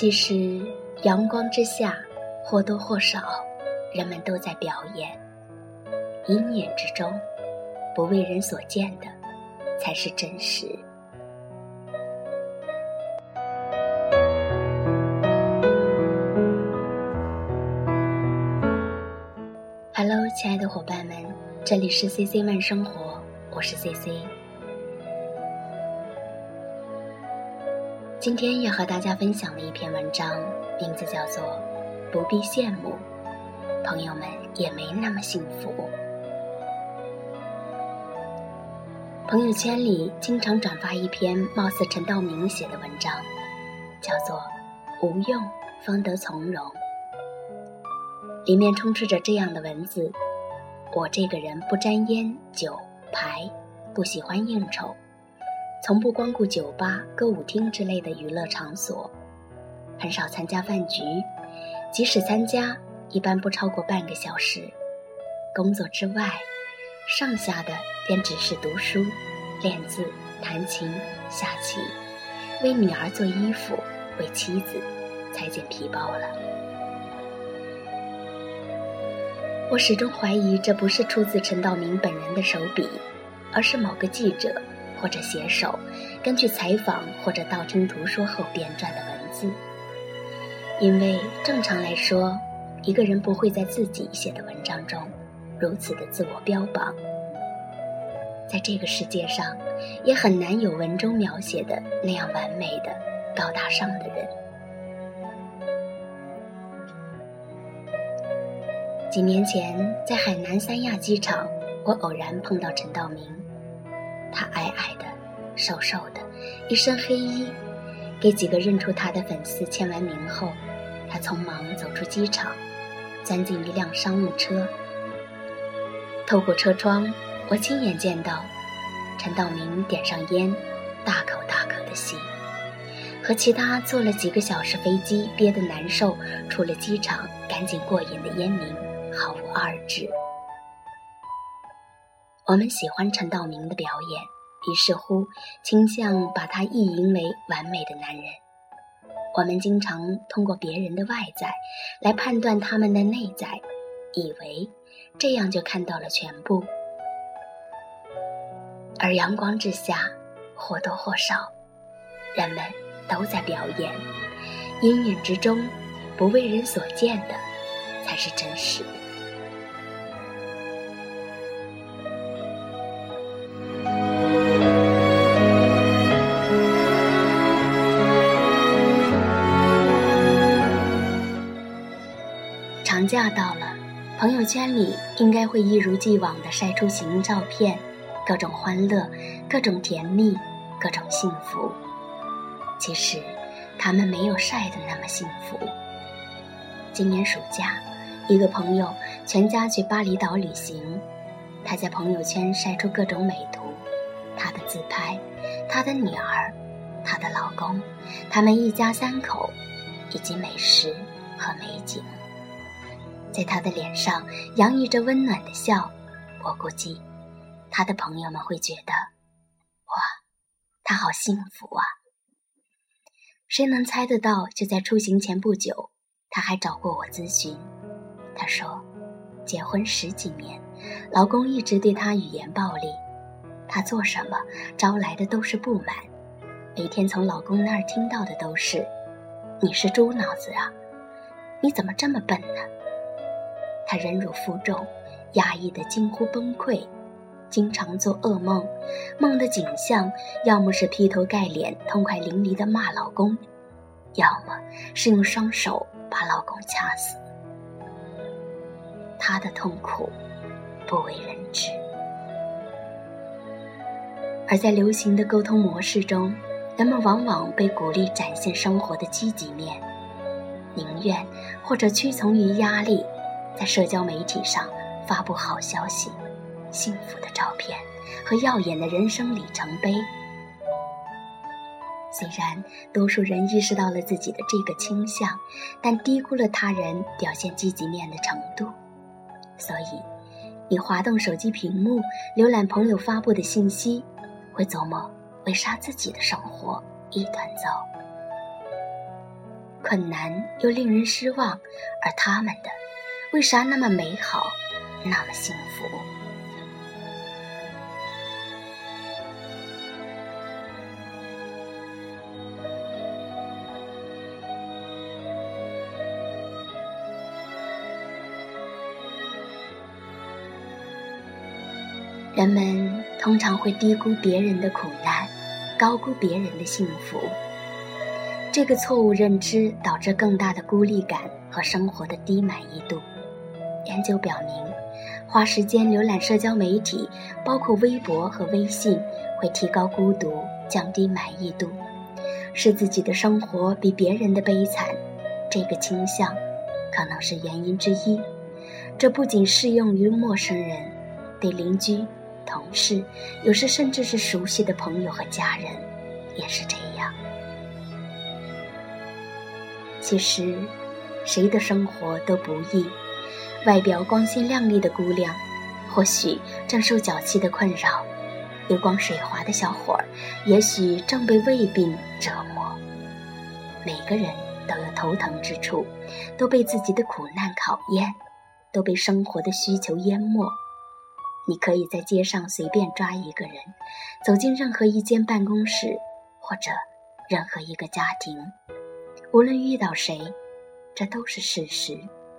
其实阳光之下，或多或少人们都在表演，阴影之中不为人所见的才是真实。Hello， 亲爱的伙伴们，这里是 CC 慢生活，我是 CC。今天要和大家分享的一篇文章，名字叫做《不必羡慕，朋友们也没那么幸福》。朋友圈里经常转发一篇貌似陈道明写的文章，叫做《无用方得从容》。里面充斥着这样的文字：我这个人不沾烟酒牌，不喜欢应酬，从不光顾酒吧、歌舞厅之类的娱乐场所，很少参加饭局，即使参加，一般不超过半个小时。工作之外，剩下的便只是读书、练字、弹琴、下棋，为女儿做衣服，为妻子裁剪皮包了。我始终怀疑这不是出自陈道明本人的手笔，而是某个记者或者写手根据采访或者道听途说后编撰的文字。因为正常来说，一个人不会在自己写的文章中如此的自我标榜。在这个世界上，也很难有文中描写的那样完美的、高大上的人。几年前，在海南三亚机场，我偶然碰到陈道明。他矮矮的、瘦瘦的，一身黑衣，给几个认出他的粉丝签完名后，他匆忙走出机场，钻进一辆商务车。透过车窗，我亲眼见到陈道明点上烟，大口大口地吸，和其他坐了几个小时飞机憋得难受，出了机场赶紧过瘾的烟民毫无二致。我们喜欢陈道明的表演，于是乎倾向把他意淫为完美的男人。我们经常通过别人的外在来判断他们的内在，以为这样就看到了全部。而阳光之下，或多或少人们都在表演，阴影之中不为人所见的才是真实。长假到了，朋友圈里应该会一如既往地晒出行照片，各种欢乐，各种甜蜜，各种幸福。其实他们没有晒得那么幸福。今年暑假，一个朋友全家去巴厘岛旅行，他在朋友圈晒出各种美图，他的自拍，他的女儿，他的老公，他们一家三口，以及美食和美景。在他的脸上洋溢着温暖的笑，我估计他的朋友们会觉得，哇，他好幸福啊。谁能猜得到，就在出行前不久，他还找过我咨询。他说，结婚10几年，老公一直对他语言暴力，他做什么招来的都是不满，每天从老公那儿听到的都是，你是猪脑子啊，你怎么这么笨呢？他忍辱负重，压抑得近乎崩溃，经常做噩梦，梦的景象要么是劈头盖脸痛快淋漓地骂老公，要么是用双手把老公掐死。他的痛苦不为人知。而在流行的沟通模式中，人们往往被鼓励展现生活的积极面，宁愿或者屈从于压力，在社交媒体上发布好消息、幸福的照片和耀眼的人生里程碑。虽然多数人意识到了自己的这个倾向，但低估了他人表现积极面的程度。所以你滑动手机屏幕，浏览朋友发布的信息，会琢磨为啥自己的生活一团糟。 困难又令人失望，而他们的为啥那么美好，那么幸福？人们通常会低估别人的苦难，高估别人的幸福。这个错误认知导致更大的孤立感和生活的低满意度。研究表明，花时间浏览社交媒体，包括微博和微信，会提高孤独，降低满意度，使自己的生活比别人的悲惨。这个倾向可能是原因之一。这不仅适用于陌生人，对邻居、同事，有时甚至是熟悉的朋友和家人也是这样。其实谁的生活都不易，外表光鲜亮丽的姑娘或许正受脚气的困扰，流光水滑的小伙儿也许正被胃病折磨。每个人都有头疼之处，都被自己的苦难考验，都被生活的需求淹没。你可以在街上随便抓一个人，走进任何一间办公室，或者任何一个家庭，无论遇到谁，这都是事实。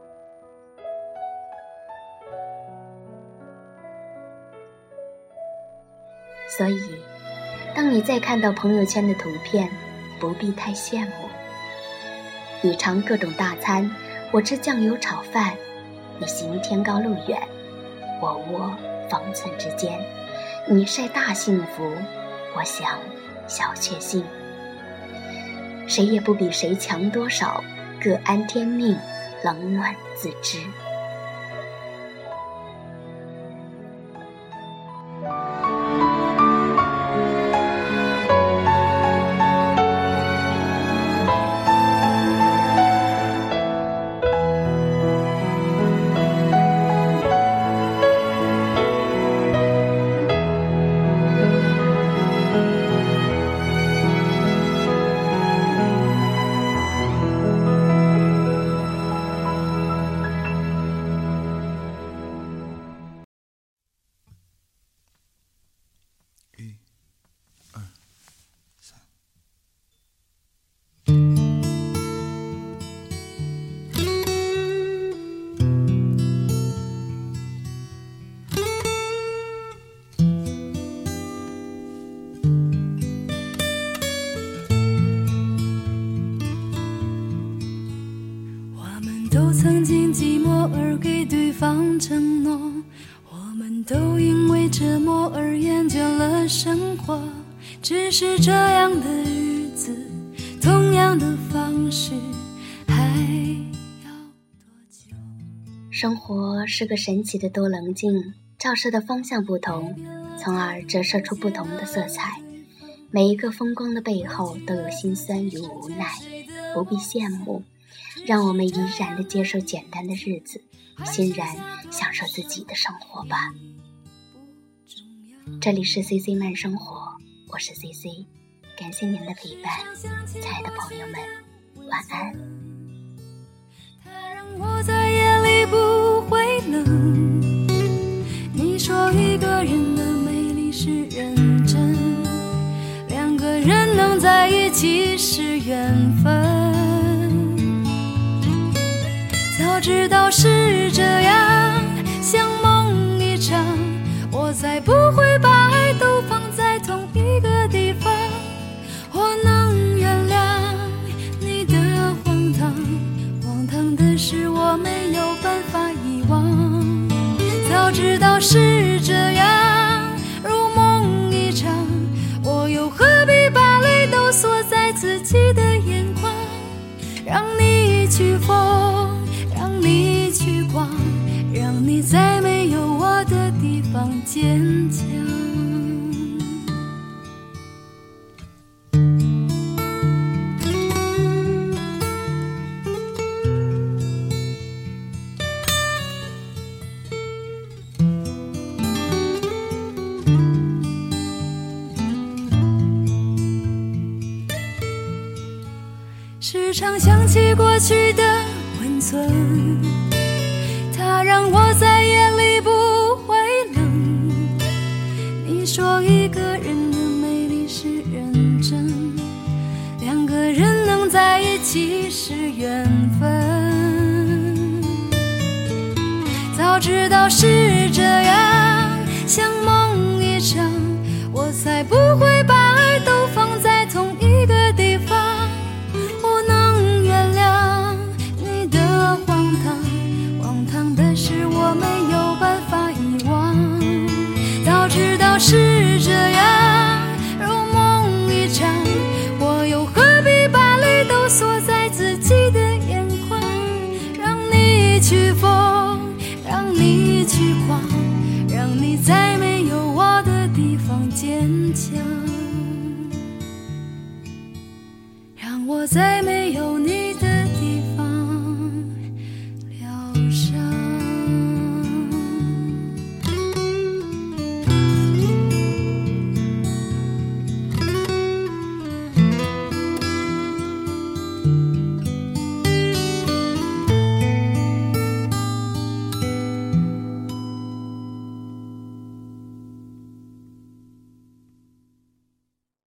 所以，当你再看到朋友圈的图片，不必太羡慕。你尝各种大餐，我吃酱油炒饭；你行天高路远，我窝方寸之间。你晒大幸福，我享小确幸。谁也不比谁强多少，各安天命，冷暖自知。 都曾经寂寞而给对方承诺，我们都因为折磨而厌倦了生活。只是这样的日子，同样的方式，还要多久？ 生活是个神奇的多棱镜，照射的方向不同，从而折射出不同的色彩。每一个风光的背后都有辛酸与无奈，不必羡慕，让我们怡然地接受简单的日子，欣然享受自己的生活吧。这里是 CC 慢生活，我是 CC， 感谢您的陪伴，亲爱的朋友们，晚安。 它让我在夜里不会冷，你说一个人的美丽是认真，两个人能在一起是缘分。早知道是这样，像梦一场，我才不会把爱都放在同一个地方。我能原谅你的荒唐，荒唐的是我没有办法遗忘。早知道是这样，如梦一场，我又何必把泪都锁在自己的眼眶。让你去疯，让你去逛，让你在没有我的地方坚强。是常想起过去的温存，它让我在夜里不会冷。你说一个人的美丽是认真，两个人能在一起是缘分。早知道是这样，像梦一场，我才不会把爱都放在同一个地方。我能原谅你的荒唐，荒唐的是我没有办法遗忘。早知道是这样，如梦一场，我又何必把泪都锁在自己的眼眶？让你去疯，让你去狂，让你在没有我的地方坚强，让我在没有你